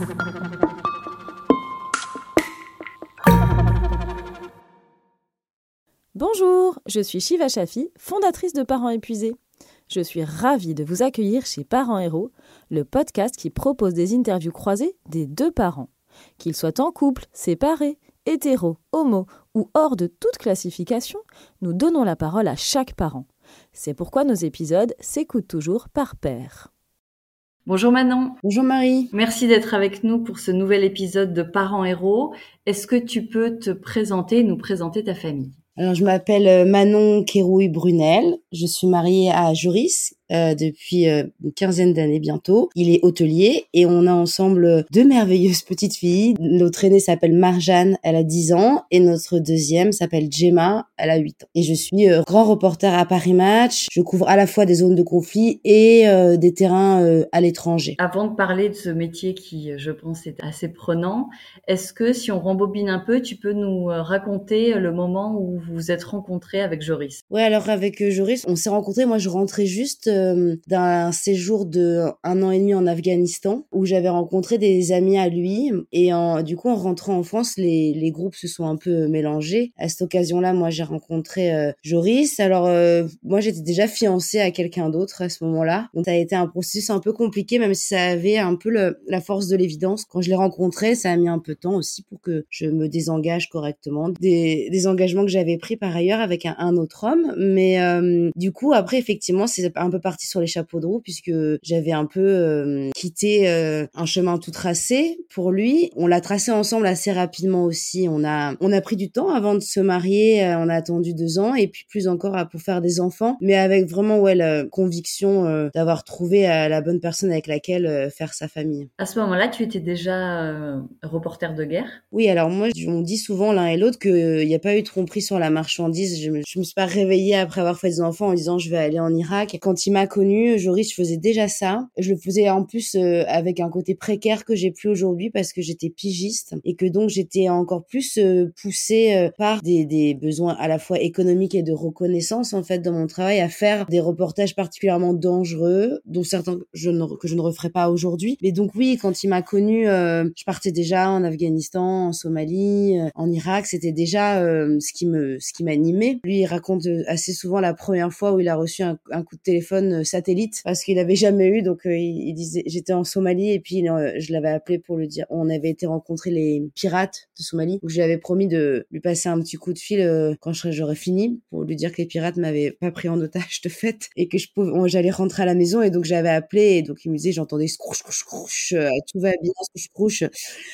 Bonjour, je suis Shiva Shafi, fondatrice de Parents épuisés. Je suis ravie de vous accueillir chez Parents Héros, le podcast qui propose des interviews croisées des deux parents. Qu'ils soient en couple, séparés, hétéros, homo ou hors de toute classification, nous donnons la parole à chaque parent. C'est pourquoi nos épisodes s'écoutent toujours par pair. Bonjour Manon. Bonjour Marie. Merci d'être avec nous pour ce nouvel épisode de Parents Héros. Est-ce que tu peux te présenter et nous présenter ta famille ? Alors, je m'appelle Manon Kérouille-Brunel. Je suis mariée à Joris depuis une quinzaine d'années bientôt. Il est hôtelier et on a ensemble deux merveilleuses petites filles. Notre aînée s'appelle Marjane, elle a 10 ans et notre deuxième s'appelle Gemma, elle a 8 ans. Et je suis grand reporter à Paris Match. Je couvre à la fois des zones de conflit et des terrains à l'étranger. Avant de parler de ce métier qui, je pense, est assez prenant, est-ce que si on rembobine un peu, tu peux nous raconter le moment où vous vous êtes rencontrés avec Joris ? Ouais, alors avec Joris, on s'est rencontrés. Moi, je rentrais juste d'un séjour de 1 an et demi en Afghanistan où j'avais rencontré des amis à lui. Et du coup, en rentrant en France, les groupes se sont un peu mélangés. À cette occasion-là, moi, j'ai rencontré Joris. Alors, moi, j'étais déjà fiancée à quelqu'un d'autre à ce moment-là. Donc, ça a été un processus un peu compliqué, même si ça avait un peu la force de l'évidence. Quand je l'ai rencontré, ça a mis un peu de temps aussi pour que je me désengage correctement des engagements que j'avais pris par ailleurs avec un autre homme. Mais du coup, après, effectivement, c'est un peu parti sur les chapeaux de roue puisque j'avais un peu quitté un chemin tout tracé pour lui. On l'a tracé ensemble assez rapidement aussi. On a pris du temps avant de se marier. On a attendu 2 ans et puis plus encore pour faire des enfants, mais avec vraiment la conviction d'avoir trouvé la bonne personne avec laquelle faire sa famille. À ce moment-là, tu étais déjà reporter de guerre ? Oui, alors moi, on dit souvent l'un et l'autre qu'il n'y a pas eu de tromperie sur la marchandise. Je me suis pas réveillée après avoir fait des enfants en disant je vais aller en Irak. Quand il m'a connue, Joris, je faisais déjà ça. Je le faisais en plus avec un côté précaire que j'ai plus aujourd'hui parce que j'étais pigiste et que donc j'étais encore plus poussée par des besoins à la fois économiques et de reconnaissance en fait dans mon travail à faire des reportages particulièrement dangereux, dont certains que je ne referai pas aujourd'hui. Mais donc oui, quand il m'a connue, je partais déjà en Afghanistan, en Somalie, en Irak. C'était déjà ce qui m'animait. Lui, il raconte assez souvent la première fois où il a reçu un coup de téléphone satellite parce qu'il avait jamais eu. Donc il disait, j'étais en Somalie et puis je l'avais appelé pour lui dire, on avait été rencontrer les pirates de Somalie. Donc je lui avais promis de lui passer un petit coup de fil quand j'aurais fini pour lui dire que les pirates m'avaient pas pris en otage de fait et que j'allais rentrer à la maison. Et donc j'avais appelé et donc il me disait, j'entendais scrouch, scrouch, scrouch, tout va bien, scrouch, scrouch.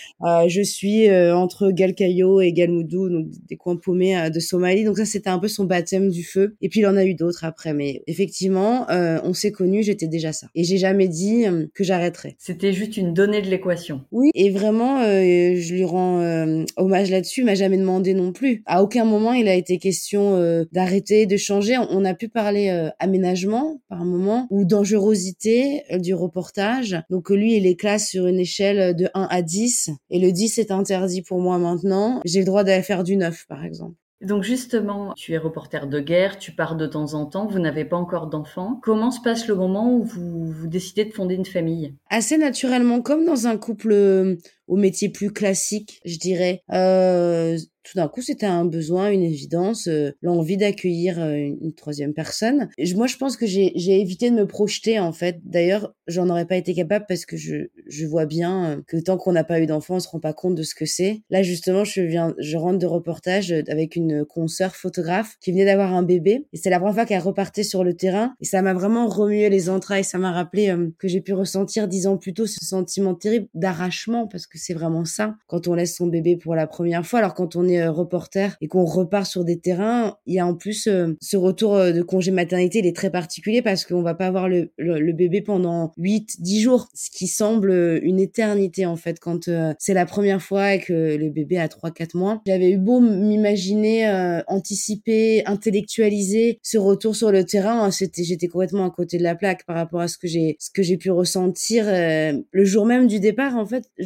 Je suis entre Galkayo et Galmudug, donc des coins paumés de Somalie. Donc ça, c'était un peu son baptême du feu. Et puis il en a eu d'autres après. Mais effectivement, on s'est connus, j'étais déjà ça. Et j'ai jamais dit que j'arrêterais. C'était juste une donnée de l'équation. Oui, et vraiment, je lui rends hommage là-dessus. Il m'a jamais demandé non plus. À aucun moment, il a été question d'arrêter, de changer. On a pu parler aménagement par un moment ou dangerosité du reportage. Donc lui, il les classe sur une échelle de 1 à 10. Et le 10 est interdit pour moi maintenant. J'ai le droit d'aller faire du 9, par exemple. Donc justement, tu es reporter de guerre, tu pars de temps en temps, vous n'avez pas encore d'enfants. Comment se passe le moment où vous décidez de fonder une famille ? Assez naturellement, comme dans un couple au métier plus classique, je dirais. Tout d'un coup, c'était un besoin, une évidence, l'envie d'accueillir une troisième personne. Moi, je pense que j'ai évité de me projeter, en fait. D'ailleurs, j'en aurais pas été capable parce que je vois bien que tant qu'on n'a pas eu d'enfant, on se rend pas compte de ce que c'est. Là, justement, je rentre de reportage avec une consoeur photographe qui venait d'avoir un bébé. Et c'est la première fois qu'elle repartait sur le terrain. Et ça m'a vraiment remué les entrailles. Ça m'a rappelé que j'ai pu ressentir 10 ans plus tôt ce sentiment terrible d'arrachement, parce que c'est vraiment ça quand on laisse son bébé pour la première fois. Alors quand on est reporter et qu'on repart sur des terrains, il y a en plus ce retour de congé maternité, il est très particulier parce qu'on va pas avoir le bébé pendant 8-10 jours, ce qui semble une éternité en fait quand c'est la première fois et que le bébé a 3-4 mois. J'avais eu beau m'imaginer, anticiper, intellectualiser ce retour sur le terrain, j'étais complètement à côté de la plaque par rapport à ce que j'ai pu ressentir le jour même du départ. En fait,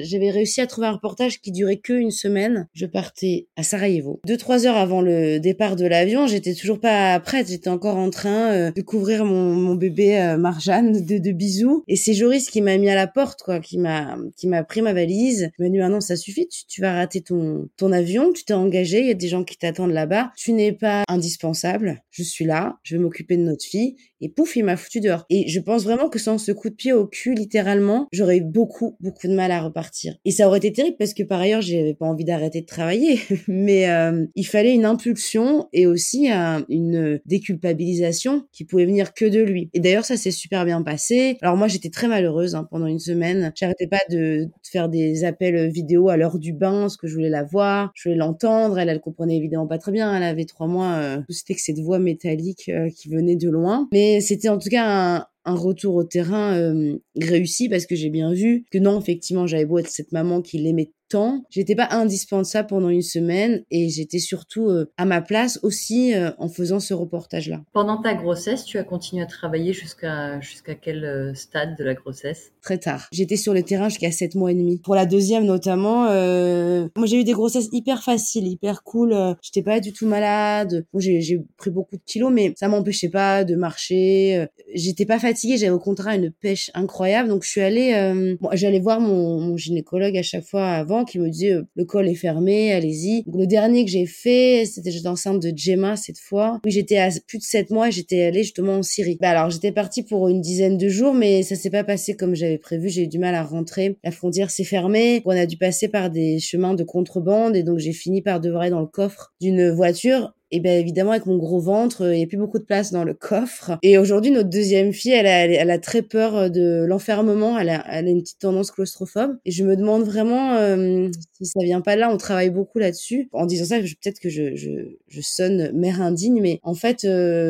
j'avais réussi à trouver un reportage qui durait qu'une semaine. Je partais à Sarajevo. 2-3 heures avant le départ de l'avion, j'étais toujours pas prête. J'étais encore en train de couvrir mon bébé Marjan de bisous. Et c'est Joris qui m'a mis à la porte, quoi, qui m'a pris ma valise. Il m'a dit, non, ça suffit, tu vas rater ton avion, tu t'es engagé, il y a des gens qui t'attendent là-bas. Tu n'es pas indispensable. Je suis là, je vais m'occuper de notre fille. Et pouf, il m'a foutu dehors. Et je pense vraiment que sans ce coup de pied au cul, littéralement, j'aurais eu beaucoup de mal à repartir. Et ça aurait été terrible parce que par ailleurs, j'avais pas envie d'arrêter de travailler. Mais il fallait une impulsion et aussi une déculpabilisation qui pouvait venir que de lui. Et d'ailleurs, ça s'est super bien passé. Alors moi, j'étais très malheureuse pendant une semaine. J'arrêtais pas de faire des appels vidéo à l'heure du bain parce que je voulais la voir, je voulais l'entendre. Elle comprenait évidemment pas très bien. Elle avait 3 mois. C'était que cette voix métallique qui venait de loin. Mais c'était en tout cas un retour au terrain réussi parce que j'ai bien vu que non, effectivement, j'avais beau être cette maman qui l'aimait tant, j'étais pas indispensable pendant une semaine et j'étais surtout à ma place aussi en faisant ce reportage-là. Pendant ta grossesse, tu as continué à travailler jusqu'à quel stade de la grossesse? Très tard. J'étais sur le terrain jusqu'à 7 mois et demi. Pour la deuxième notamment, moi j'ai eu des grossesses hyper faciles, hyper cool. J'étais pas du tout malade. Bon, j'ai pris beaucoup de kilos, mais ça m'empêchait pas de marcher. J'étais pas fatiguée, j'avais au contraire une pêche incroyable. Donc je suis allée, j'allais voir mon gynécologue à chaque fois avant qui me disait le col est fermé, allez-y. Donc, le dernier que j'ai fait, j'étais enceinte de Gemma cette fois. Oui, j'étais à plus de 7 mois et j'étais allée justement en Syrie. Alors j'étais partie pour une dizaine de jours, mais ça s'est pas passé comme j'avais prévu. J'ai eu du mal à rentrer. La frontière s'est fermée. On a dû passer par des chemins de contrebande et donc j'ai fini par devoir aller dans le coffre d'une voiture. Et bien évidemment avec mon gros ventre, il y a plus beaucoup de place dans le coffre. Et aujourd'hui notre deuxième fille, elle a très peur de l'enfermement. Elle a une petite tendance claustrophobe. Et je me demande vraiment si ça vient pas de là. On travaille beaucoup là-dessus. En disant ça, peut-être que je sonne mère indigne, mais en fait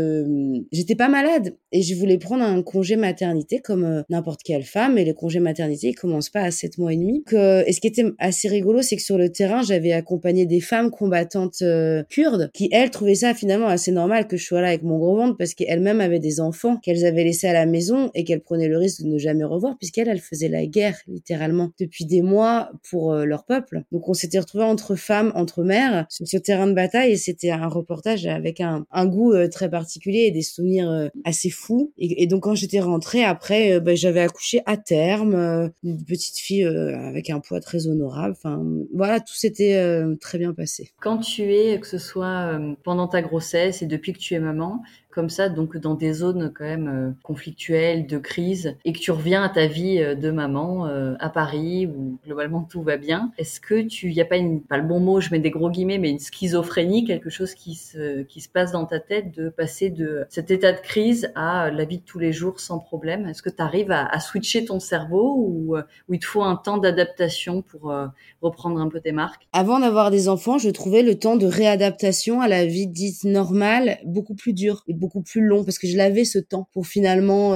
j'étais pas malade et je voulais prendre un congé maternité comme n'importe quelle femme. Et les congés maternité ils commencent pas à 7 mois et demi. Et ce qui était assez rigolo, c'est que sur le terrain, j'avais accompagné des femmes combattantes kurdes qui elles trouvaient ça finalement assez normal que je sois là avec mon gros ventre parce qu'elles-mêmes avaient des enfants qu'elles avaient laissés à la maison et qu'elles prenaient le risque de ne jamais revoir puisqu'elles faisaient la guerre littéralement depuis des mois pour leur peuple. Donc on s'était retrouvés entre femmes, entre mères sur ce terrain de bataille et c'était un reportage avec un goût très particulier et des souvenirs assez fous. Et donc quand j'étais rentrée après, j'avais accouché à terme, une petite fille avec un poids très honorable. Enfin voilà, tout s'était très bien passé. Quand tu es, que ce soit pendant ta grossesse et depuis que tu es maman, comme ça, donc dans des zones quand même conflictuelles, de crise, et que tu reviens à ta vie de maman à Paris où globalement tout va bien, est-ce que il y a pas pas le bon mot, je mets des gros guillemets, mais une schizophrénie, quelque chose qui se passe dans ta tête de passer de cet état de crise à la vie de tous les jours sans problème? Est-ce que tu arrives à switcher ton cerveau ou il te faut un temps d'adaptation pour reprendre un peu tes marques? Avant d'avoir des enfants, je trouvais le temps de réadaptation à la vie dite normale beaucoup plus dur et beaucoup plus long parce que je l'avais ce temps pour finalement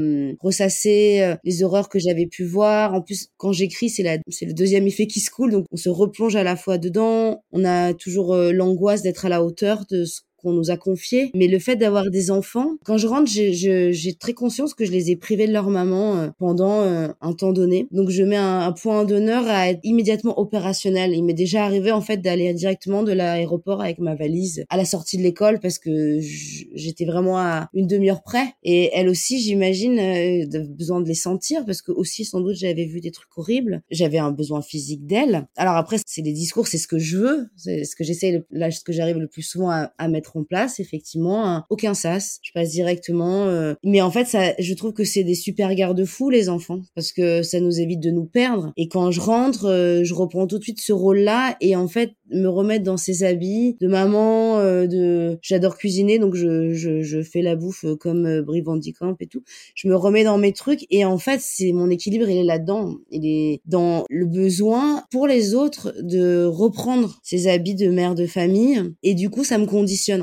ressasser les horreurs que j'avais pu voir. En plus, quand j'écris, c'est le deuxième effet qui se coule, donc on se replonge à la fois dedans. On a toujours l'angoisse d'être à la hauteur de ce qu'on nous a confié. Mais le fait d'avoir des enfants, quand je rentre, j'ai très conscience que je les ai privés de leur maman pendant un temps donné. Donc je mets un point d'honneur à être immédiatement opérationnel. Il m'est déjà arrivé en fait d'aller directement de l'aéroport avec ma valise à la sortie de l'école parce que j'étais vraiment à une demi-heure près. Et elle aussi, j'imagine, besoin de les sentir parce que aussi sans doute j'avais vu des trucs horribles. J'avais un besoin physique d'elle. Alors après, c'est des discours, c'est ce que je veux, c'est ce que j'essaie, là, ce que j'arrive le plus souvent à mettre en place, effectivement, aucun sas. Je passe directement. Mais en fait, ça, je trouve que c'est des super garde-fous, les enfants, parce que ça nous évite de nous perdre. Et quand je rentre, je reprends tout de suite ce rôle-là et en fait, me remettre dans ses habits de maman, j'adore cuisiner, donc je fais la bouffe comme Brie Van de Kamp et tout. Je me remets dans mes trucs et en fait, c'est mon équilibre, il est là-dedans. Il est dans le besoin pour les autres de reprendre ses habits de mère de famille et du coup, ça me conditionne en fait.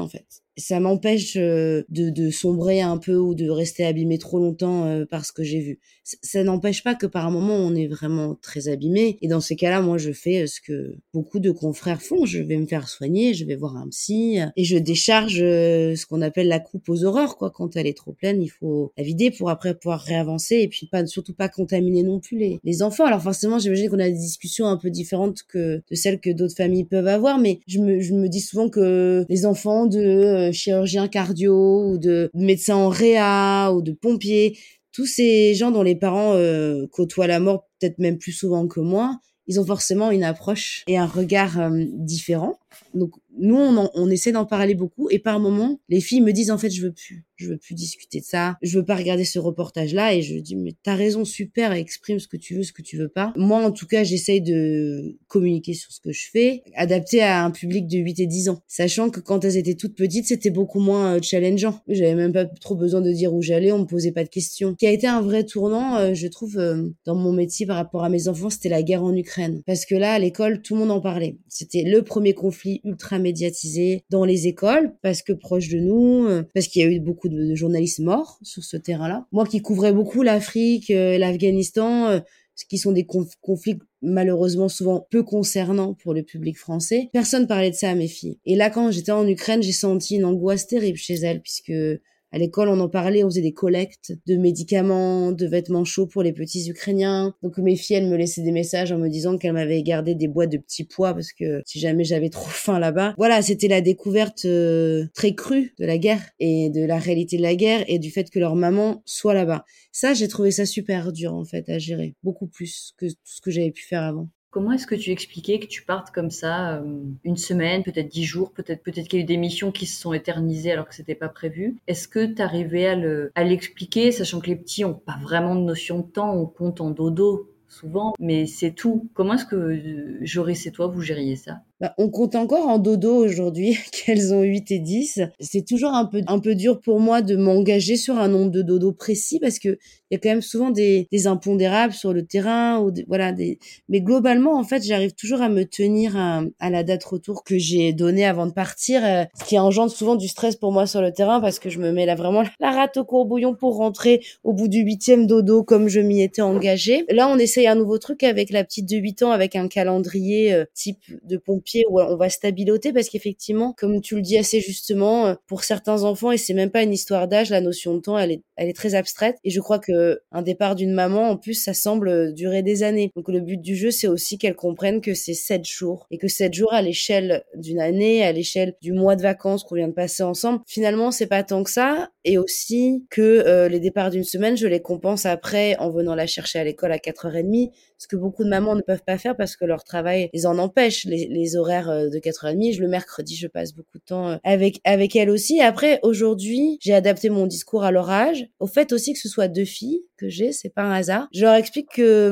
ça m'empêche de sombrer un peu ou de rester abîmée trop longtemps par ce que j'ai vu. Ça n'empêche pas que par un moment, on est vraiment très abîmé. Et dans ces cas-là, moi, je fais ce que beaucoup de confrères font. Je vais me faire soigner, je vais voir un psy et je décharge ce qu'on appelle la coupe aux horreurs, quoi. Quand elle est trop pleine, il faut la vider pour après pouvoir réavancer et puis surtout pas contaminer non plus les enfants. Alors forcément, j'imagine qu'on a des discussions un peu différentes que de celles que d'autres familles peuvent avoir, mais je me dis souvent que les enfants de chirurgiens cardio ou de médecins en réa ou de pompiers, tous ces gens dont les parents côtoient la mort peut-être même plus souvent que moi, ils ont forcément une approche et un regard différent. Donc nous, on essaie d'en parler beaucoup et par moments, les filles me disent en fait, je veux plus discuter de ça, je veux pas regarder ce reportage-là et je dis mais t'as raison, super, exprime ce que tu veux pas. Moi, en tout cas, j'essaye de communiquer sur ce que je fais, adapté à un public de 8 et 10 ans, sachant que quand elles étaient toutes petites, c'était beaucoup moins challengeant. J'avais même pas trop besoin de dire où j'allais, on me posait pas de questions. Ce qui a été un vrai tournant, je trouve, dans mon métier par rapport à mes enfants, c'était la guerre en Ukraine. Parce que là, à l'école, tout le monde en parlait. C'était le premier conflit ultra médiatisé dans les écoles, parce que proche de nous, parce qu'il y a eu beaucoup de journalistes morts sur ce terrain-là. Moi qui couvrais beaucoup l'Afrique, l'Afghanistan, qui sont des conflits malheureusement souvent peu concernants pour le public français, personne parlait de ça à mes filles. Et là, quand j'étais en Ukraine, j'ai senti une angoisse terrible chez elles, puisque à l'école, on en parlait, on faisait des collectes de médicaments, de vêtements chauds pour les petits Ukrainiens. Donc mes filles, elles me laissaient des messages en me disant qu'elles m'avaient gardé des boîtes de petits pois parce que si jamais j'avais trop faim là-bas. Voilà, c'était la découverte très crue de la guerre et de la réalité de la guerre et du fait que leur maman soit là-bas. Ça, j'ai trouvé ça super dur en fait à gérer, beaucoup plus que tout ce que j'avais pu faire avant. Comment est-ce que tu expliquais que tu partes comme ça, une semaine, peut-être 10 jours, peut-être qu'il y a eu des missions qui se sont éternisées alors que c'était pas prévu? Est-ce que tu arrivais à l'expliquer, sachant que les petits ont pas vraiment de notion de temps, on compte en dodo souvent, mais c'est tout. Comment est-ce que Joris et toi, vous gériez ça? Bah, on compte encore en dodo aujourd'hui qu'elles ont 8 et 10. C'est toujours un peu dur pour moi de m'engager sur un nombre de dodo précis parce que il y a quand même souvent des impondérables sur le terrain ou mais globalement, en fait, j'arrive toujours à me tenir à la date retour que j'ai donnée avant de partir, ce qui engendre souvent du stress pour moi sur le terrain parce que je me mets là vraiment la rate au courbouillon pour rentrer au bout du 8e dodo comme je m'y étais engagée. Là, on essaye un nouveau truc avec la petite de 8 ans avec un calendrier type de pompier où on va stabiloter parce qu'effectivement, comme tu le dis assez justement, pour certains enfants, et c'est même pas une histoire d'âge, la notion de temps, elle est très abstraite. Et je crois que un départ d'une maman, en plus, ça semble durer des années. Donc le but du jeu, c'est aussi qu'elle comprenne que c'est 7 jours et que 7 jours à l'échelle d'une année, à l'échelle du mois de vacances qu'on vient de passer ensemble, finalement, c'est pas tant que ça. Et aussi que les départs d'une semaine, je les compense après en venant la chercher à l'école à 4h30, ce que beaucoup de mamans ne peuvent pas faire parce que leur travail les en empêche, les horaires de 4h30. Le mercredi, je passe beaucoup de temps avec elle aussi. Après, aujourd'hui, j'ai adapté mon discours à leur âge, au fait aussi que ce soit 2 filles que j'ai, c'est pas un hasard. Je leur explique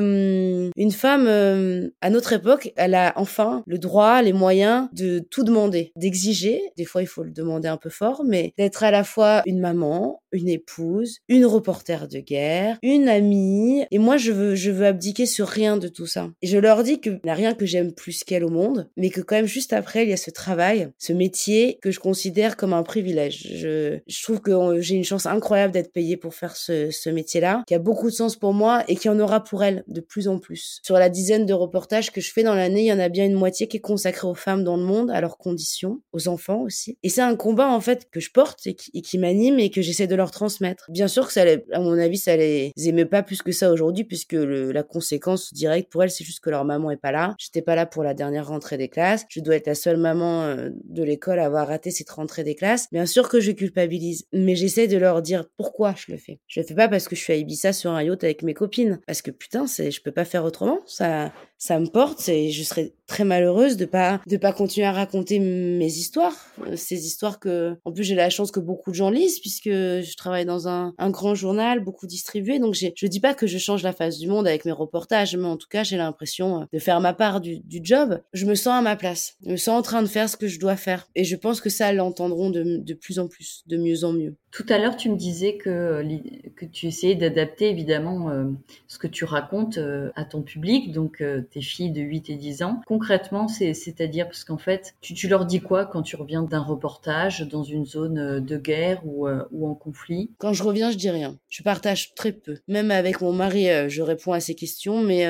que une femme, à notre époque, elle a enfin le droit, les moyens de tout demander, d'exiger. Des fois, il faut le demander un peu fort, mais d'être à la fois une maman, une épouse, une reporter de guerre, une amie. Et moi, je veux abdiquer sur rien de tout ça. Et je leur dis qu'il n'y a rien que j'aime plus qu'elle au monde, mais que quand même juste après, il y a ce travail, ce métier que je considère comme un privilège. Je trouve que j'ai une chance incroyable d'être payée pour faire ce métier-là, qui a beaucoup de sens pour moi et qui en aura pour elle de plus en plus. Sur la dizaine de reportages que je fais dans l'année, il y en a bien une moitié qui est consacrée aux femmes dans le monde, à leurs conditions, aux enfants aussi. Et c'est un combat en fait que je porte et qui m'anime et que j'essaie de leur transmettre. Bien sûr que à mon avis, ça les émeut pas plus que ça aujourd'hui puisque la conséquence directe pour elles, c'est juste que leur maman est pas là. J'étais pas là pour la dernière rentrée des classes. Je dois être la seule maman de l'école à avoir raté cette rentrée des classes. Bien sûr que je culpabilise, mais j'essaie de leur dire pourquoi je le fais. Je le fais pas parce que je suis à Ibiza sur un yacht avec mes copines, parce que putain, je peux pas faire autrement. Ça me porte et je serais très malheureuse de pas continuer à raconter mes histoires, ces histoires que, en plus, j'ai la chance que beaucoup de gens lisent puisque je travaille dans un grand journal, beaucoup distribué. Donc je dis pas que je change la face du monde avec mes reportages, mais en tout cas, j'ai l'impression de faire ma part du job. Je me sens à ma place. Je me sens en train de faire ce que je dois faire. Et je pense que ça, l'entendront de plus en plus, de mieux en mieux. Tout à l'heure, tu me disais que tu essayais d'adapter évidemment ce que tu racontes à ton public. Donc, tes filles de 8 et 10 ans. Concrètement, c'est-à-dire parce qu'en fait, tu leur dis quoi quand tu reviens d'un reportage dans une zone de guerre ou en conflit? Quand je reviens, je dis rien. Je partage très peu. Même avec mon mari, je réponds à ses questions, mais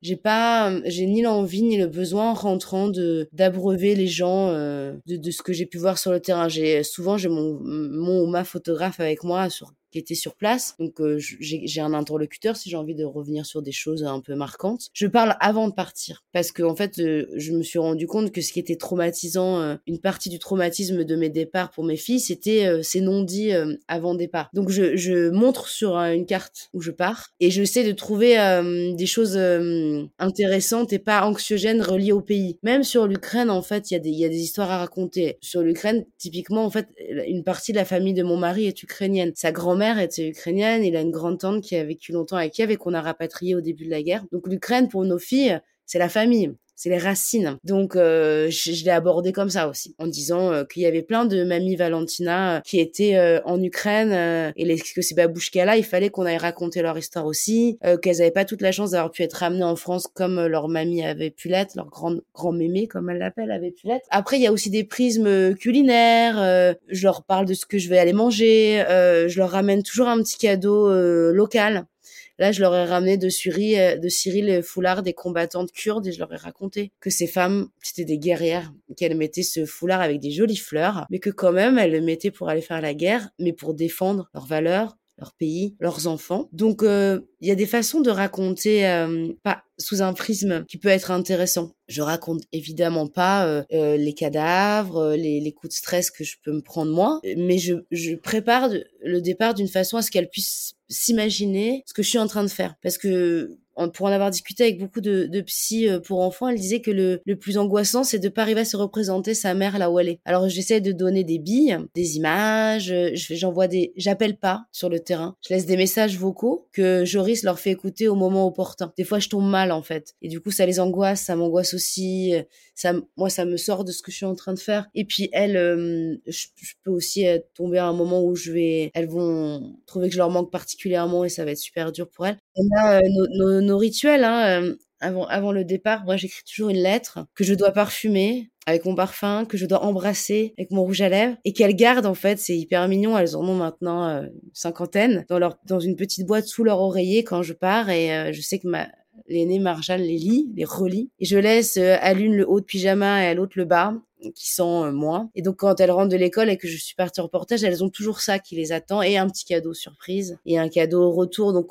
j'ai ni l'envie ni le besoin en rentrant d'abreuver les gens de ce que j'ai pu voir sur le terrain. J'ai mon ou ma photographe avec moi qui était sur place. Donc j'ai un interlocuteur si j'ai envie de revenir sur des choses un peu marquantes. Je parle avant de partir parce que en fait je me suis rendu compte que ce qui était traumatisant, une partie du traumatisme de mes départs pour mes filles, c'était ces non-dits avant départ. Donc je montre sur une carte où je pars et j'essaie de trouver des choses intéressantes et pas anxiogènes reliées au pays. Même sur l'Ukraine, en fait, il y a des histoires à raconter. Sur l'Ukraine, typiquement, en fait, une partie de la famille de mon mari est ukrainienne. Sa grand-mère était ukrainienne, il a une grande-tante qui a vécu longtemps à Kiev et qu'on a rapatrié au début de la guerre. Donc l'Ukraine, pour nos filles, c'est la famille. C'est les racines. Donc, je l'ai abordé comme ça aussi, en disant qu'il y avait plein de mamies Valentina qui étaient en Ukraine que ces babouchkas-là, il fallait qu'on aille raconter leur histoire aussi, qu'elles avaient pas toute la chance d'avoir pu être ramenées en France comme leur mamie avait pu l'être, leur grand mémé, comme elle l'appelle, avait pu l'être. Après, il y a aussi des prismes culinaires. Je leur parle de ce que je vais aller manger. Je leur ramène toujours un petit cadeau local. Là, je leur ai ramené de Syrie le foulard des combattantes kurdes et je leur ai raconté que ces femmes, c'était des guerrières, qu'elles mettaient ce foulard avec des jolies fleurs, mais que quand même, elles le mettaient pour aller faire la guerre, mais pour défendre leurs valeurs, leur pays, leurs enfants. Donc, il y a des façons de raconter, pas sous un prisme qui peut être intéressant. Je raconte évidemment pas les cadavres, les coups de stress que je peux me prendre moi, mais je prépare le départ d'une façon à ce qu'elle puisse s'imaginer ce que je suis en train de faire. Parce que pour en avoir discuté avec beaucoup de psy pour enfants, elle disait que le plus angoissant, c'est de pas arriver à se représenter sa mère là où elle est. Alors j'essaie de donner des billes, des images, j'appelle pas sur le terrain. Je laisse des messages vocaux que Joris leur fait écouter au moment opportun. Des fois, je tombe mal en fait. Et du coup, ça les angoisse, ça m'angoisse aussi. Moi, ça me sort de ce que je suis en train de faire. Et puis elles, je peux aussi tomber à un moment où elles vont trouver que je leur manque particulièrement et ça va être super dur pour elles. On a nos rituels, hein. Avant le départ, moi, j'écris toujours une lettre que je dois parfumer avec mon parfum, que je dois embrasser avec mon rouge à lèvres et qu'elles gardent, en fait. C'est hyper mignon. Elles en ont maintenant une cinquantaine dans une petite boîte sous leur oreiller quand je pars et je sais que l'aînée Marjane les relit. Et je laisse à l'une le haut de pyjama et à l'autre le bas, qui sont moi. Et donc, quand elles rentrent de l'école et que je suis partie en reportage, elles ont toujours ça qui les attend et un petit cadeau surprise et un cadeau au retour. Donc,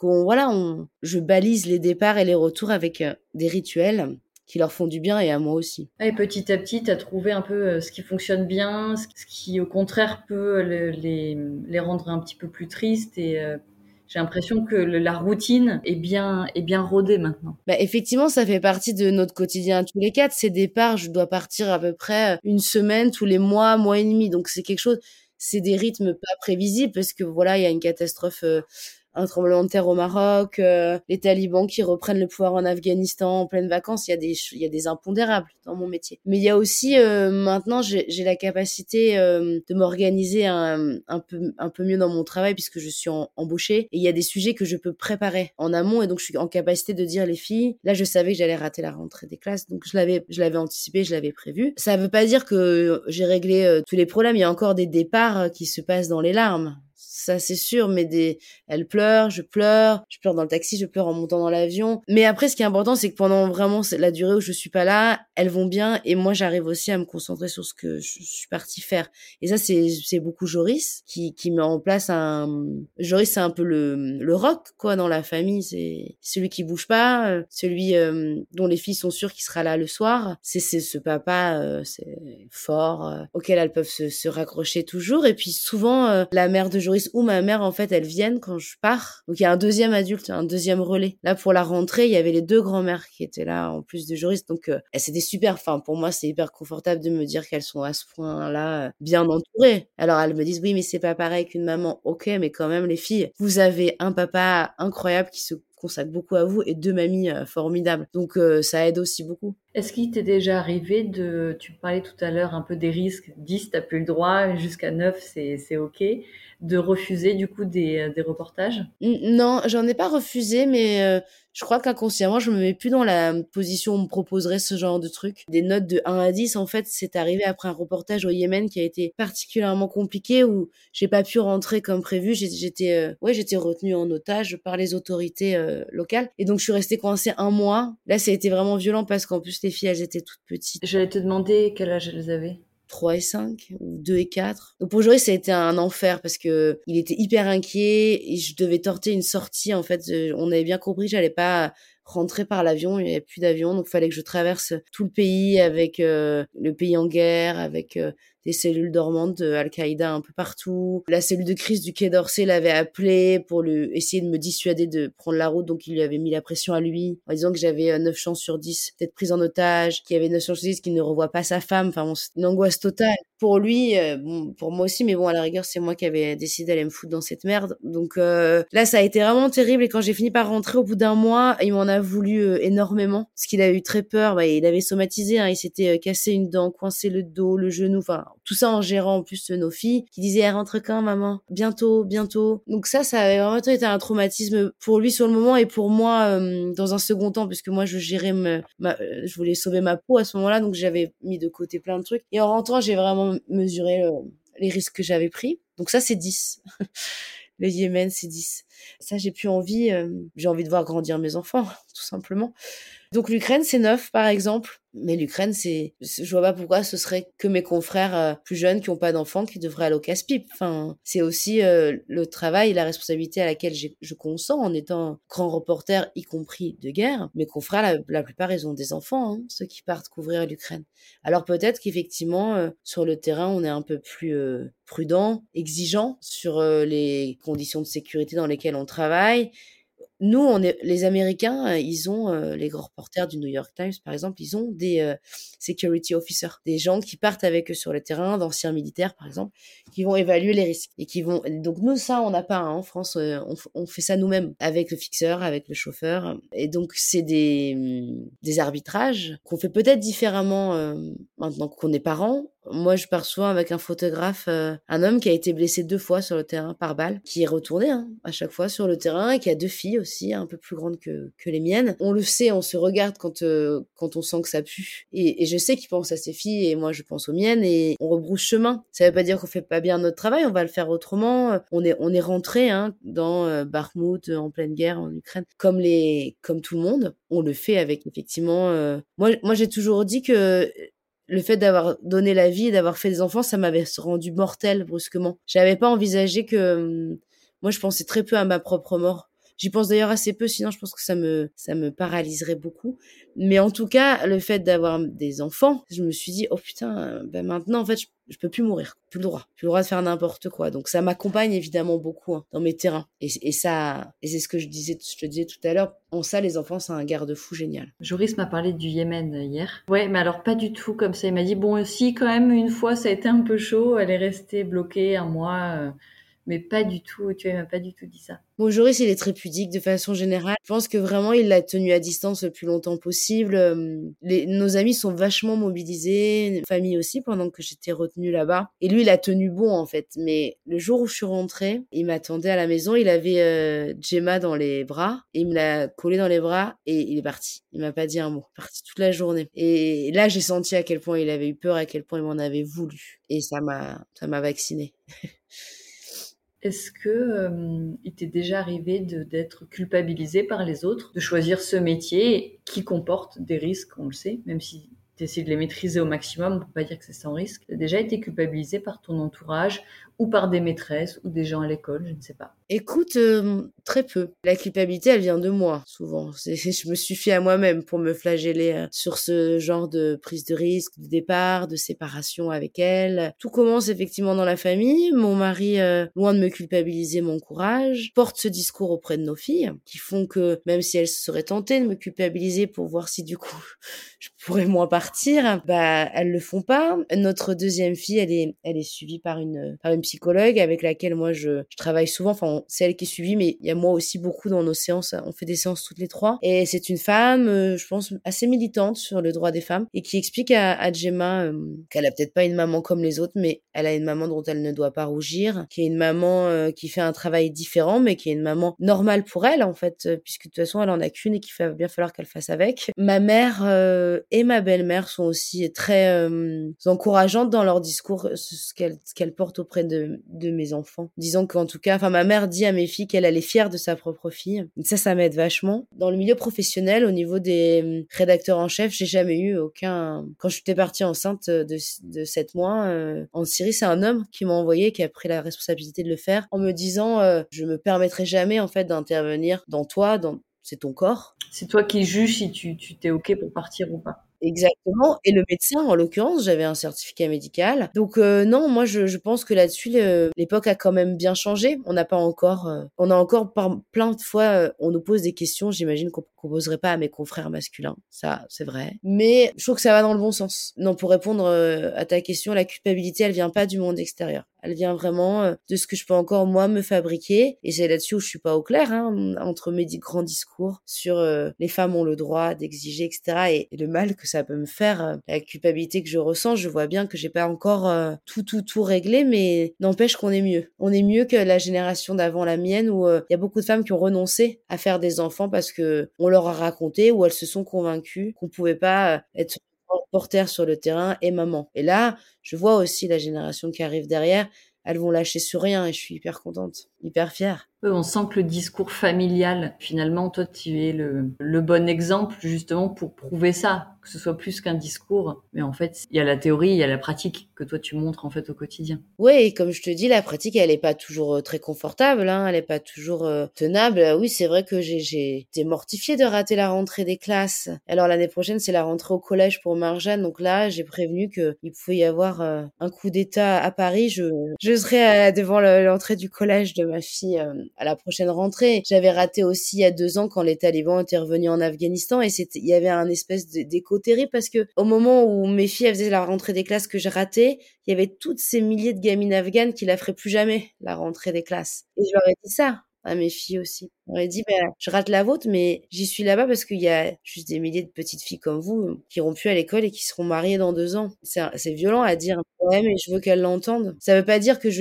je balise les départs et les retours avec des rituels qui leur font du bien et à moi aussi. Et petit à petit, tu as trouvé un peu ce qui fonctionne bien, ce qui, au contraire, peut les rendre un petit peu plus tristes et j'ai l'impression que la routine est bien rodée maintenant. Bah, effectivement, ça fait partie de notre quotidien tous les quatre. Ces départs, je dois partir à peu près une semaine tous les mois et demi. Donc c'est des rythmes pas prévisibles parce que voilà, il y a une catastrophe, un tremblement de terre au Maroc, les talibans qui reprennent le pouvoir en Afghanistan en pleine vacances. Il y a des impondérables dans mon métier. Mais il y a aussi maintenant j'ai la capacité de m'organiser un peu mieux dans mon travail puisque je suis embauchée et il y a des sujets que je peux préparer en amont et donc je suis en capacité de dire les filles, là je savais que j'allais rater la rentrée des classes donc je l'avais anticipé, je l'avais prévu. Ça veut pas dire que j'ai réglé tous les problèmes, il y a encore des départs qui se passent dans les larmes. Ça, c'est sûr, mais elles pleurent, je pleure dans le taxi, je pleure en montant dans l'avion. Mais après, ce qui est important, c'est que pendant vraiment la durée où je suis pas là, elles vont bien et moi, j'arrive aussi à me concentrer sur ce que je suis partie faire. Et ça, c'est beaucoup Joris qui met en place Joris, c'est un peu le rock, quoi, dans la famille. C'est celui qui bouge pas, celui dont les filles sont sûres qu'il sera là le soir. C'est ce papa, c'est fort, auquel elles peuvent se raccrocher toujours. Et puis souvent, la mère de Joris ou ma mère, en fait, elles viennent quand je pars. Donc, il y a un deuxième adulte, un deuxième relais. Là, pour la rentrée, il y avait les deux grands-mères qui étaient là, en plus de Joris. Donc, c'était super. Enfin, pour moi, c'est hyper confortable de me dire qu'elles sont à ce point-là bien entourées. Alors, elles me disent, oui, mais c'est pas pareil qu'une maman. Ok, mais quand même, les filles, vous avez un papa incroyable qui se consacre beaucoup à vous et deux mamies formidables. Donc, ça aide aussi beaucoup. Est-ce qu'il t'est déjà arrivé tu parlais tout à l'heure un peu des risques, 10, t'as plus le droit, jusqu'à 9, c'est OK, de refuser du coup des reportages? Non, j'en ai pas refusé, mais je crois qu'inconsciemment, je me mets plus dans la position où on me proposerait ce genre de truc. Des notes de 1 à 10, en fait, c'est arrivé après un reportage au Yémen qui a été particulièrement compliqué, où j'ai pas pu rentrer comme prévu. J'étais retenue en otage par les autorités locales. Et donc, je suis restée coincée 1 mois. Là, ça a été vraiment violent parce qu'en plus, les filles, elles étaient toutes petites. J'allais te demander quel âge elles avaient. 3 et 5 ou 2 et 4. Donc pour Joris, ça a été un enfer parce que il était hyper inquiet et je devais tenter une sortie. En fait, on avait bien compris que j'allais pas rentrer par l'avion, il y avait plus d'avion, donc il fallait que je traverse tout le pays avec le pays en guerre, avec des cellules dormantes de Al-Qaïda un peu partout. La cellule de crise du Quai d'Orsay l'avait appelé pour essayer de me dissuader de prendre la route, donc il lui avait mis la pression à lui, en disant que j'avais 9 chances sur 10 d'être prise en otage, qu'il y avait 9 chances sur 10 qu'il ne revoit pas sa femme. Enfin bon, c'était une angoisse totale. Pour lui, bon, pour moi aussi, mais bon, à la rigueur, c'est moi qui avais décidé d'aller me foutre dans cette merde. Donc là, ça a été vraiment terrible. Et quand j'ai fini par rentrer au bout d'un mois, il m'en a voulu énormément, parce qu'il a eu très peur. Bah, il avait somatisé, hein, il s'était cassé une dent, coincé le dos, le genou, enfin tout ça en gérant en plus nos filles, qui disaient elle rentre quand, maman? Bientôt, bientôt. Donc ça avait vraiment été un traumatisme pour lui sur le moment et pour moi dans un second temps, puisque moi je gérais je voulais sauver ma peau à ce moment-là, donc j'avais mis de côté plein de trucs. Et en rentrant, j'ai vraiment mesuré les risques que j'avais pris. Donc ça, c'est 10. Le Yémen, c'est 10. Ça, j'ai envie de voir grandir mes enfants, tout simplement. Donc l'Ukraine, c'est 9, par exemple. Mais l'Ukraine, je vois pas pourquoi ce serait que mes confrères plus jeunes qui ont pas d'enfants qui devraient aller au casse-pipe. Enfin, c'est aussi le travail et la responsabilité à laquelle je consens en étant grand reporter, y compris de guerre. Mes confrères, la plupart, ils ont des enfants, hein, ceux qui partent couvrir l'Ukraine. Alors peut-être qu'effectivement, sur le terrain, on est un peu plus prudent, exigeant sur les conditions de sécurité dans lesquelles on travaille. Nous, les Américains, ils ont les grands reporters du New York Times, par exemple, ils ont des security officers, des gens qui partent avec eux sur le terrain, d'anciens militaires, par exemple, qui vont évaluer les risques et qui vont. Donc nous, ça, on n'a pas hein, en France. On fait ça nous-mêmes avec le fixeur, avec le chauffeur, et donc c'est des arbitrages qu'on fait peut-être différemment maintenant qu'on est parents. Moi, je pars souvent avec un photographe, un homme qui a été blessé 2 fois sur le terrain par balle, qui est retourné à chaque fois sur le terrain et qui a 2 filles aussi, un peu plus grandes que les miennes. On le sait, on se regarde quand on sent que ça pue. Et je sais qu'il pense à ses filles et moi, je pense aux miennes et on rebrousse chemin. Ça veut pas dire qu'on fait pas bien notre travail, on va le faire autrement. On est rentré dans Bakhmout, en pleine guerre en Ukraine, comme tout le monde. On le fait avec effectivement. Moi, j'ai toujours dit que le fait d'avoir donné la vie et d'avoir fait des enfants, ça m'avait rendu mortelle brusquement. J'avais pas envisagé que moi je pensais très peu à ma propre mort. J'y pense d'ailleurs assez peu, sinon je pense que ça me paralyserait beaucoup. Mais en tout cas, le fait d'avoir des enfants, je me suis dit, oh putain, ben maintenant, en fait, je peux plus mourir. Plus le droit. Plus le droit de faire n'importe quoi. Donc ça m'accompagne évidemment beaucoup dans mes terrains. Et c'est ce que je te disais tout à l'heure. En ça, les enfants, c'est un garde-fou génial. Joris m'a parlé du Yémen hier. Ouais, mais alors pas du tout comme ça. Il m'a dit, bon, si, quand même, une fois, ça a été un peu chaud. Elle est restée bloquée 1 mois. Mais pas du tout, tu vois, il m'a pas du tout dit ça. Bon, Joris, il est très pudique de façon générale. Je pense que vraiment, il l'a tenu à distance le plus longtemps possible. Nos amis sont vachement mobilisés, famille aussi, pendant que j'étais retenue là-bas. Et lui, il a tenu bon, en fait. Mais le jour où je suis rentrée, il m'attendait à la maison. Il avait Gemma dans les bras. Et il me l'a collée dans les bras et il est parti. Il m'a pas dit un mot. Il est parti toute la journée. Et là, j'ai senti à quel point il avait eu peur, à quel point il m'en avait voulu. Et ça m'a vaccinée. Est-ce que il t'est déjà arrivé d'être culpabilisé par les autres, de choisir ce métier qui comporte des risques, on le sait, même si tu essaies de les maîtriser au maximum, on peut pas dire que c'est sans risque. Tu as déjà été culpabilisé par ton entourage ou par des maîtresses ou des gens à l'école, je ne sais pas. Écoute, très peu. La culpabilité, elle vient de moi, souvent. Je me suffis à moi-même pour me flageller sur ce genre de prise de risque, de départ, de séparation avec elle. Tout commence effectivement dans la famille. Mon mari, loin de me culpabiliser, m'encourage, porte ce discours auprès de nos filles, qui font que, même si elles seraient tentées de me culpabiliser pour voir si du coup je pourrais moins partir, bah elles le font pas. Notre deuxième fille, elle est suivie par une psychologue avec laquelle moi je travaille souvent, enfin c'est elle qui est suivie, mais il y a moi aussi beaucoup dans nos séances, on fait des séances toutes les trois, et c'est une femme, je pense assez militante sur le droit des femmes, et qui explique à Gemma qu'elle a peut-être pas une maman comme les autres, mais elle a une maman dont elle ne doit pas rougir, qui est une maman qui fait un travail différent, mais qui est une maman normale pour elle en fait, puisque de toute façon elle en a qu'une et qu'il va bien falloir qu'elle fasse avec. Ma mère et ma belle-mère sont aussi très encourageantes dans leur discours, ce qu'elles portent auprès de mes enfants, disant qu'en tout cas, enfin ma mère dit à mes filles qu'elle est fière de sa propre fille. Ça m'aide vachement. Dans le milieu professionnel, au niveau des rédacteurs en chef, j'ai jamais eu aucun. Quand j'étais partie enceinte de 7 mois en Syrie, c'est un homme qui m'a envoyé, qui a pris la responsabilité de le faire, en me disant je me permettrai jamais en fait d'intervenir dans toi, c'est ton corps. C'est toi qui juges si tu t'es OK pour partir ou pas. Exactement. Et le médecin, en l'occurrence, j'avais un certificat médical. Donc non, moi je pense que là-dessus, l'époque a quand même bien changé. On n'a pas encore, on a encore par plein de fois, on nous pose des questions. J'imagine qu'on poserait pas à mes confrères masculins. Ça, c'est vrai. Mais je trouve que ça va dans le bon sens. Non, pour répondre à ta question, la culpabilité, elle vient pas du monde extérieur. Elle vient vraiment de ce que je peux encore moi me fabriquer, et c'est là-dessus où je suis pas au clair entre mes grands discours sur les femmes ont le droit d'exiger, etc. et le mal que ça peut me faire, la culpabilité que je ressens. Je vois bien que j'ai pas encore tout réglé, mais n'empêche qu'on est mieux. On est mieux que la génération d'avant la mienne, où il y a beaucoup de femmes qui ont renoncé à faire des enfants parce que on leur a raconté, ou elles se sont convaincues qu'on pouvait pas être reporter sur le terrain et maman. Et là, je vois aussi la génération qui arrive derrière, elles vont lâcher sur rien, et je suis hyper contente, hyper fière. On sent que le discours familial, finalement, toi, tu es le bon exemple justement pour prouver ça, que ce soit plus qu'un discours. Mais en fait, il y a la théorie, il y a la pratique que toi, tu montres en fait au quotidien. Ouais, et comme je te dis, la pratique, elle est pas toujours très confortable, elle est pas toujours tenable. Oui, c'est vrai que j'ai été mortifiée de rater la rentrée des classes. Alors l'année prochaine, c'est la rentrée au collège pour Marjane, donc là, j'ai prévenu que il pouvait y avoir un coup d'état à Paris. Je serai devant l'entrée du collège de ma fille à la prochaine rentrée. J'avais raté aussi il y a 2 ans quand les talibans étaient revenus en Afghanistan, et il y avait un espèce d'écho terrible, parce que au moment où mes filles faisaient la rentrée des classes que j'ai ratée, il y avait toutes ces milliers de gamines afghanes qui la feraient plus jamais, la rentrée des classes. Et je leur ai dit ça à mes filles aussi. Je leur ai dit, je rate la vôtre, mais j'y suis là-bas parce qu'il y a juste des milliers de petites filles comme vous qui iront plus à l'école et qui seront mariées dans 2 ans. C'est violent à dire. Ouais, mais je veux qu'elles l'entendent. Ça veut pas dire que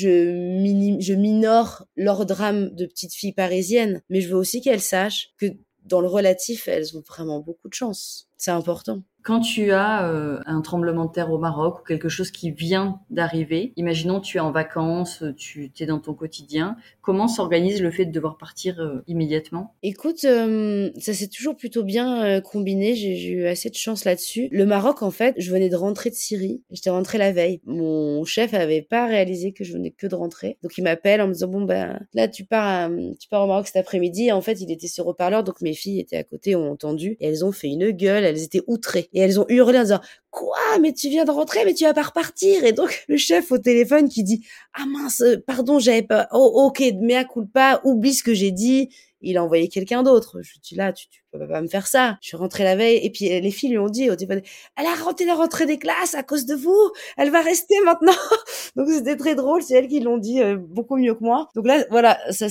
je minore leur drame de petites filles parisiennes, mais je veux aussi qu'elles sachent que dans le relatif, elles ont vraiment beaucoup de chance. C'est important. Quand tu as un tremblement de terre au Maroc ou quelque chose qui vient d'arriver, imaginons tu es en vacances, tu es dans ton quotidien, comment s'organise le fait de devoir partir immédiatement? Écoute, ça s'est toujours plutôt bien combiné, j'ai eu assez de chance là-dessus. Le Maroc, en fait, je venais de rentrer de Syrie, j'étais rentrée la veille. Mon chef avait pas réalisé que je venais que de rentrer, donc il m'appelle en me disant, bon là tu pars au Maroc cet après-midi. Et en fait, il était sur haut-parleur, donc mes filles étaient à côté, ont entendu, et elles ont fait une gueule, elles étaient outrées. Et elles ont hurlé en disant, quoi, mais tu viens de rentrer, mais tu vas pas repartir. Et donc le chef au téléphone qui dit, ah mince, pardon, j'avais pas, oh ok, mea culpa, oublie ce que j'ai dit. Il a envoyé quelqu'un d'autre. Je dis là, tu peux pas me faire ça. Je suis rentrée la veille, et puis les filles lui ont dit au téléphone, elle a raté la rentrée des classes à cause de vous, elle va rester maintenant. Donc c'était très drôle, c'est elles qui l'ont dit beaucoup mieux que moi. Donc là, voilà, ça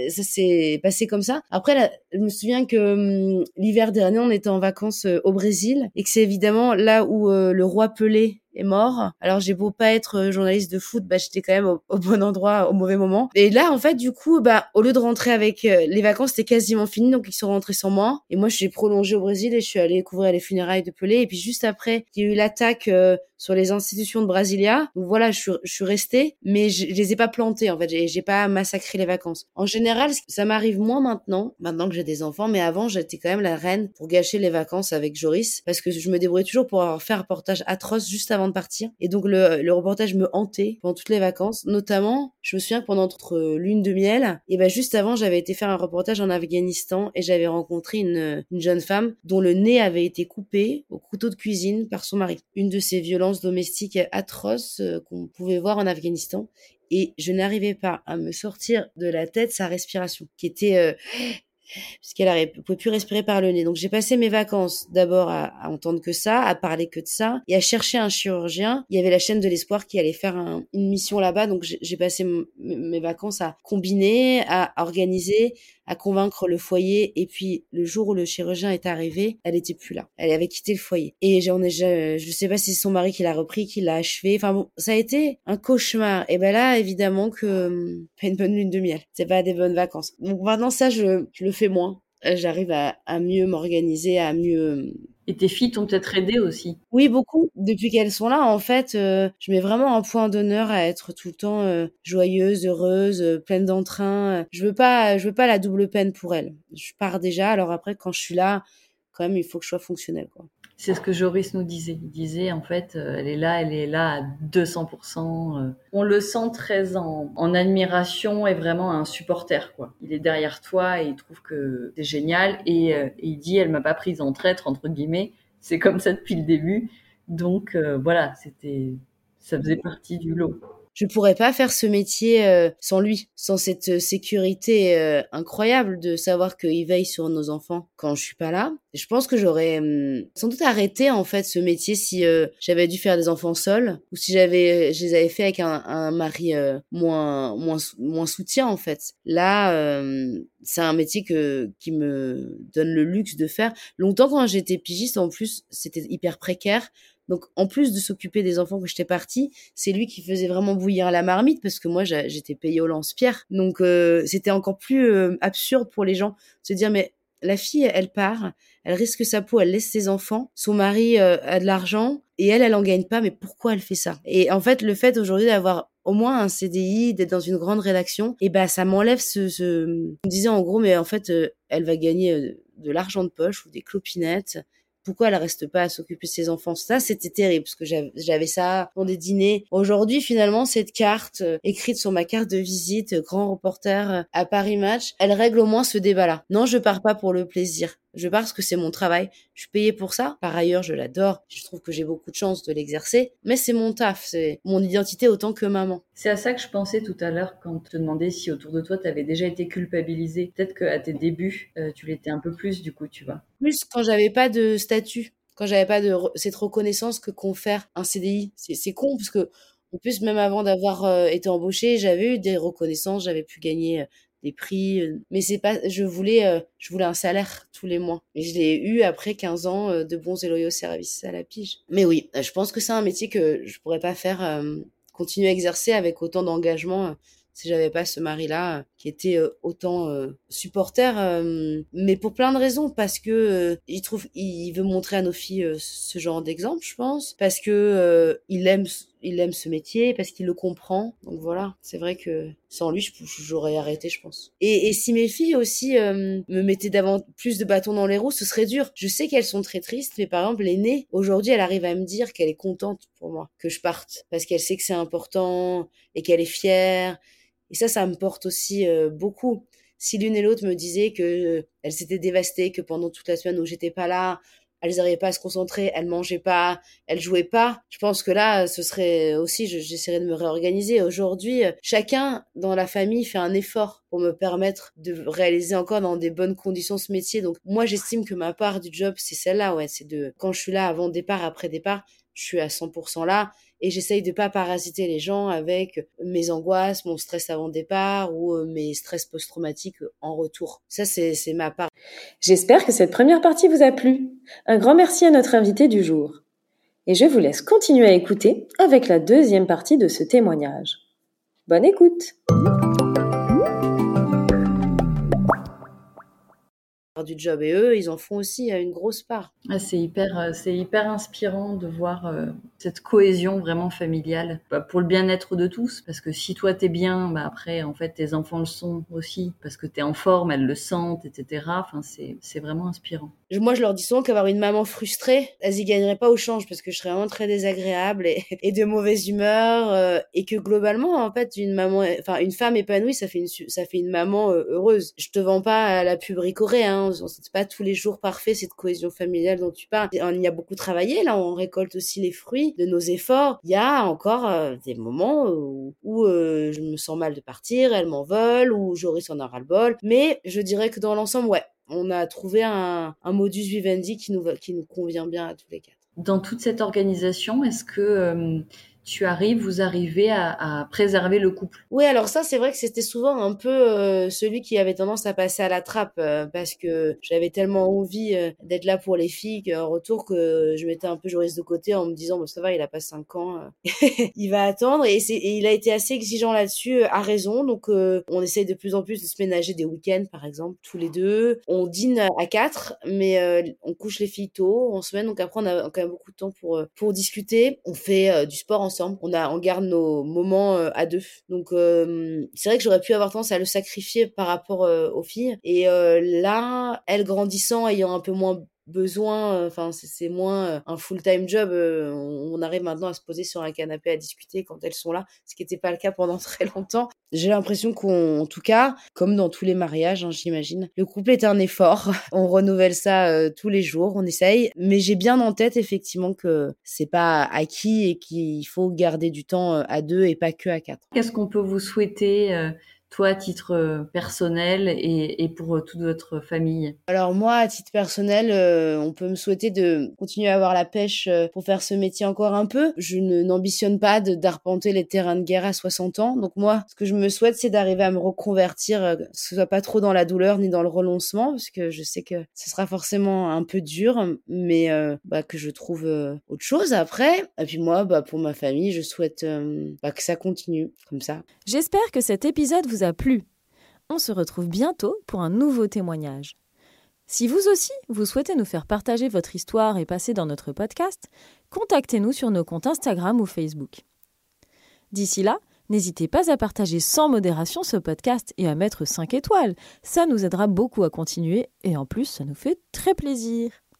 s'est passé comme ça. Après, là, je me souviens que l'hiver dernier, on était en vacances au Brésil, et que c'est évidemment là où le roi Pelé est mort. Alors j'ai beau pas être journaliste de foot, j'étais quand même au bon endroit au mauvais moment. Et là, en fait, du coup, au lieu de rentrer avec les vacances, c'était quasiment fini, donc ils sont rentrés sans moi. Et moi, j'ai prolongé au Brésil et je suis allée couvrir les funérailles de Pelé. Et puis juste après, il y a eu l'attaque sur les institutions de Brasilia. Donc voilà, je suis restée, mais je les ai pas plantées, en fait. J'ai pas massacré les vacances. En général, ça m'arrive moins maintenant que j'ai des enfants, mais avant, j'étais quand même la reine pour gâcher les vacances avec Joris, parce que je me débrouillais toujours pour avoir fait un reportage atroce juste avant de partir. Et donc le reportage me hantait pendant toutes les vacances. Notamment, je me souviens que pendant notre lune de miel, et juste avant, j'avais été faire un reportage en Afghanistan, et j'avais rencontré une jeune femme dont le nez avait été coupé au couteau de cuisine par son mari. Une de ces violences domestiques atroces qu'on pouvait voir en Afghanistan. Et je n'arrivais pas à me sortir de la tête sa respiration, qui était puisqu'elle pouvait plus respirer par le nez. Donc j'ai passé mes vacances d'abord à entendre que ça, à parler que de ça, et à chercher un chirurgien. Il y avait la chaîne de l'Espoir qui allait faire une mission là-bas, donc j'ai passé mes vacances à combiner, à organiser, à convaincre le foyer. Et puis le jour où le chirurgien est arrivé, elle était plus là. Elle avait quitté le foyer. Et je sais pas si c'est son mari qui l'a repris, qui l'a achevé. Enfin bon, ça a été un cauchemar. Et ben là, évidemment que pas une bonne lune de miel. C'est pas des bonnes vacances. Donc maintenant ça, je le fais moins. J'arrive à mieux m'organiser, à mieux... Et tes filles t'ont peut-être aidé aussi. Oui, beaucoup. Depuis qu'elles sont là, en fait, je mets vraiment un point d'honneur à être tout le temps joyeuse, heureuse, pleine d'entrain. Je veux pas la double peine pour elles. Je pars déjà. Alors après, quand je suis là, quand même, il faut que je sois fonctionnelle, quoi. C'est ce que Joris nous disait. Il disait, en fait, elle est là à 200%. On le sent très en admiration et vraiment un supporter, quoi. Il est derrière toi et il trouve que c'est génial. Et il dit, elle m'a pas prise en traître, entre guillemets. C'est comme ça depuis le début. Donc, voilà, ça faisait partie du lot. Je pourrais pas faire ce métier sans lui, sans cette sécurité incroyable de savoir qu'il veille sur nos enfants quand je suis pas là. Je pense que j'aurais sans doute arrêté en fait ce métier si j'avais dû faire des enfants seuls ou si je les avais fait avec un mari moins soutien en fait. Là, c'est un métier qui me donne le luxe de faire. Longtemps quand j'étais pigiste en plus, c'était hyper précaire. Donc, en plus de s'occuper des enfants que j'étais partie, c'est lui qui faisait vraiment bouillir la marmite parce que moi, j'étais payée au lance-pierre. Donc, c'était encore plus absurde pour les gens de se dire, mais la fille, elle part, elle risque sa peau, elle laisse ses enfants, son mari a de l'argent et elle en gagne pas, mais pourquoi elle fait ça? Et en fait, le fait aujourd'hui d'avoir au moins un CDI, d'être dans une grande rédaction, et ben ça m'enlève on me disait en gros, mais en fait, elle va gagner de l'argent de poche ou des clopinettes. Pourquoi elle reste pas à s'occuper de ses enfants? Ça, c'était terrible, parce que j'avais ça dans des dîners. Aujourd'hui, finalement, cette carte, écrite sur ma carte de visite, grand reporter à Paris Match, elle règle au moins ce débat-là. Non, je pars pas pour le plaisir. Je pars parce que c'est mon travail. Je suis payée pour ça. Par ailleurs, je l'adore. Je trouve que j'ai beaucoup de chance de l'exercer. Mais c'est mon taf. C'est mon identité autant que maman. C'est à ça que je pensais tout à l'heure quand je te demandais si autour de toi, tu avais déjà été culpabilisée. Peut-être qu'à tes débuts, tu l'étais un peu plus, du coup, tu vois. Plus quand j'avais pas de statut. Quand j'avais pas cette reconnaissance que confère un CDI. C'est con, parce que, en plus, même avant d'avoir été embauchée, j'avais eu des reconnaissances, j'avais pu gagner des prix, mais c'est pas, je voulais un salaire tous les mois. Et je l'ai eu après 15 ans de bons et loyaux services à la pige. Mais oui, je pense que c'est un métier que je pourrais pas faire, continuer à exercer avec autant d'engagement si j'avais pas ce mari-là qui était autant supporter, mais pour plein de raisons, parce que il veut montrer à nos filles ce genre d'exemple, je pense, parce que il aime ce métier, parce qu'il le comprend. Donc voilà, c'est vrai que sans lui, j'aurais arrêté, je pense. Et si mes filles aussi me mettaient plus de bâtons dans les roues, ce serait dur. Je sais qu'elles sont très tristes, mais par exemple, l'aînée, aujourd'hui, elle arrive à me dire qu'elle est contente pour moi, que je parte, parce qu'elle sait que c'est important et qu'elle est fière. Et ça me porte aussi beaucoup. Si l'une et l'autre me disaient que elles s'étaient dévastées, que pendant toute la semaine où j'étais pas là, elles n'arrivaient pas à se concentrer, elles mangeaient pas, elles jouaient pas, je pense que là, ce serait aussi, j'essaierais de me réorganiser. Aujourd'hui, chacun dans la famille fait un effort pour me permettre de réaliser encore dans des bonnes conditions ce métier. Donc moi, j'estime que ma part du job, c'est celle-là, ouais, c'est quand je suis là avant départ, après départ, je suis à 100% là. Et j'essaye de pas parasiter les gens avec mes angoisses, mon stress avant le départ ou mes stress post-traumatiques en retour. Ça, c'est ma part. J'espère que cette première partie vous a plu. Un grand merci à notre invité du jour. Et je vous laisse continuer à écouter avec la deuxième partie de ce témoignage. Bonne écoute! Du job, et eux, ils en font aussi une grosse part. Ah, c'est hyper inspirant de voir cette cohésion vraiment familiale pour le bien-être de tous, parce que si toi t'es bien, après en fait tes enfants le sont aussi, parce que t'es en forme, elles le sentent, etc. Enfin, c'est vraiment inspirant. Moi, je leur dis souvent qu'avoir une maman frustrée, elles y gagneraient pas au change parce que je serais vraiment très désagréable et de mauvaise humeur et que globalement, en fait, une femme épanouie, ça fait une maman heureuse. Je te vends pas la pub Ricoré, hein. C'est pas tous les jours parfait cette cohésion familiale dont tu parles. On y a beaucoup travaillé, là, on récolte aussi les fruits de nos efforts. Il y a encore des moments où je me sens mal de partir, elles m'en veulent, ou Joris en a ras-le-bol. Mais je dirais que dans l'ensemble, ouais, on a trouvé un modus vivendi qui nous convient bien à tous les quatre. Dans toute cette organisation, est-ce que vous arrivez à préserver le couple? Oui, alors ça, c'est vrai que c'était souvent un peu celui qui avait tendance à passer à la trappe parce que j'avais tellement envie d'être là pour les filles qu'en retour que je mettais un peu Joris de côté en me disant bon, ça va, il a pas 5 ans, il va attendre et il a été assez exigeant là-dessus à raison. Donc on essaye de plus en plus de se ménager des week-ends par exemple tous les deux. On dîne à 4 mais on couche les filles tôt en semaine, donc après on a quand même beaucoup de temps pour discuter. On fait du sport ensemble, on garde nos moments à deux. Donc c'est vrai que j'aurais pu avoir tendance à le sacrifier par rapport aux filles et là, elles grandissant, ayant un peu moins besoin, c'est moins un full-time job, on arrive maintenant à se poser sur un canapé à discuter quand elles sont là, ce qui n'était pas le cas pendant très longtemps. J'ai l'impression en tout cas, comme dans tous les mariages, hein, j'imagine, le couple est un effort, on renouvelle ça tous les jours, on essaye, mais j'ai bien en tête effectivement que c'est pas acquis et qu'il faut garder du temps à deux et pas que à quatre. Qu'est-ce qu'on peut vous souhaiter toi, à titre personnel et pour toute votre famille? Alors moi, à titre personnel, on peut me souhaiter de continuer à avoir la pêche pour faire ce métier encore un peu. Je n'ambitionne pas d'arpenter les terrains de guerre à 60 ans. Donc moi, ce que je me souhaite, c'est d'arriver à me reconvertir, que ce soit pas trop dans la douleur ni dans le renoncement, parce que je sais que ce sera forcément un peu dur, mais que je trouve autre chose après. Et puis moi, pour ma famille, je souhaite que ça continue comme ça. J'espère que cet épisode vous a plu. On se retrouve bientôt pour un nouveau témoignage. Si vous aussi, vous souhaitez nous faire partager votre histoire et passer dans notre podcast, contactez-nous sur nos comptes Instagram ou Facebook. D'ici là, n'hésitez pas à partager sans modération ce podcast et à mettre 5 étoiles. Ça nous aidera beaucoup à continuer et en plus, ça nous fait très plaisir.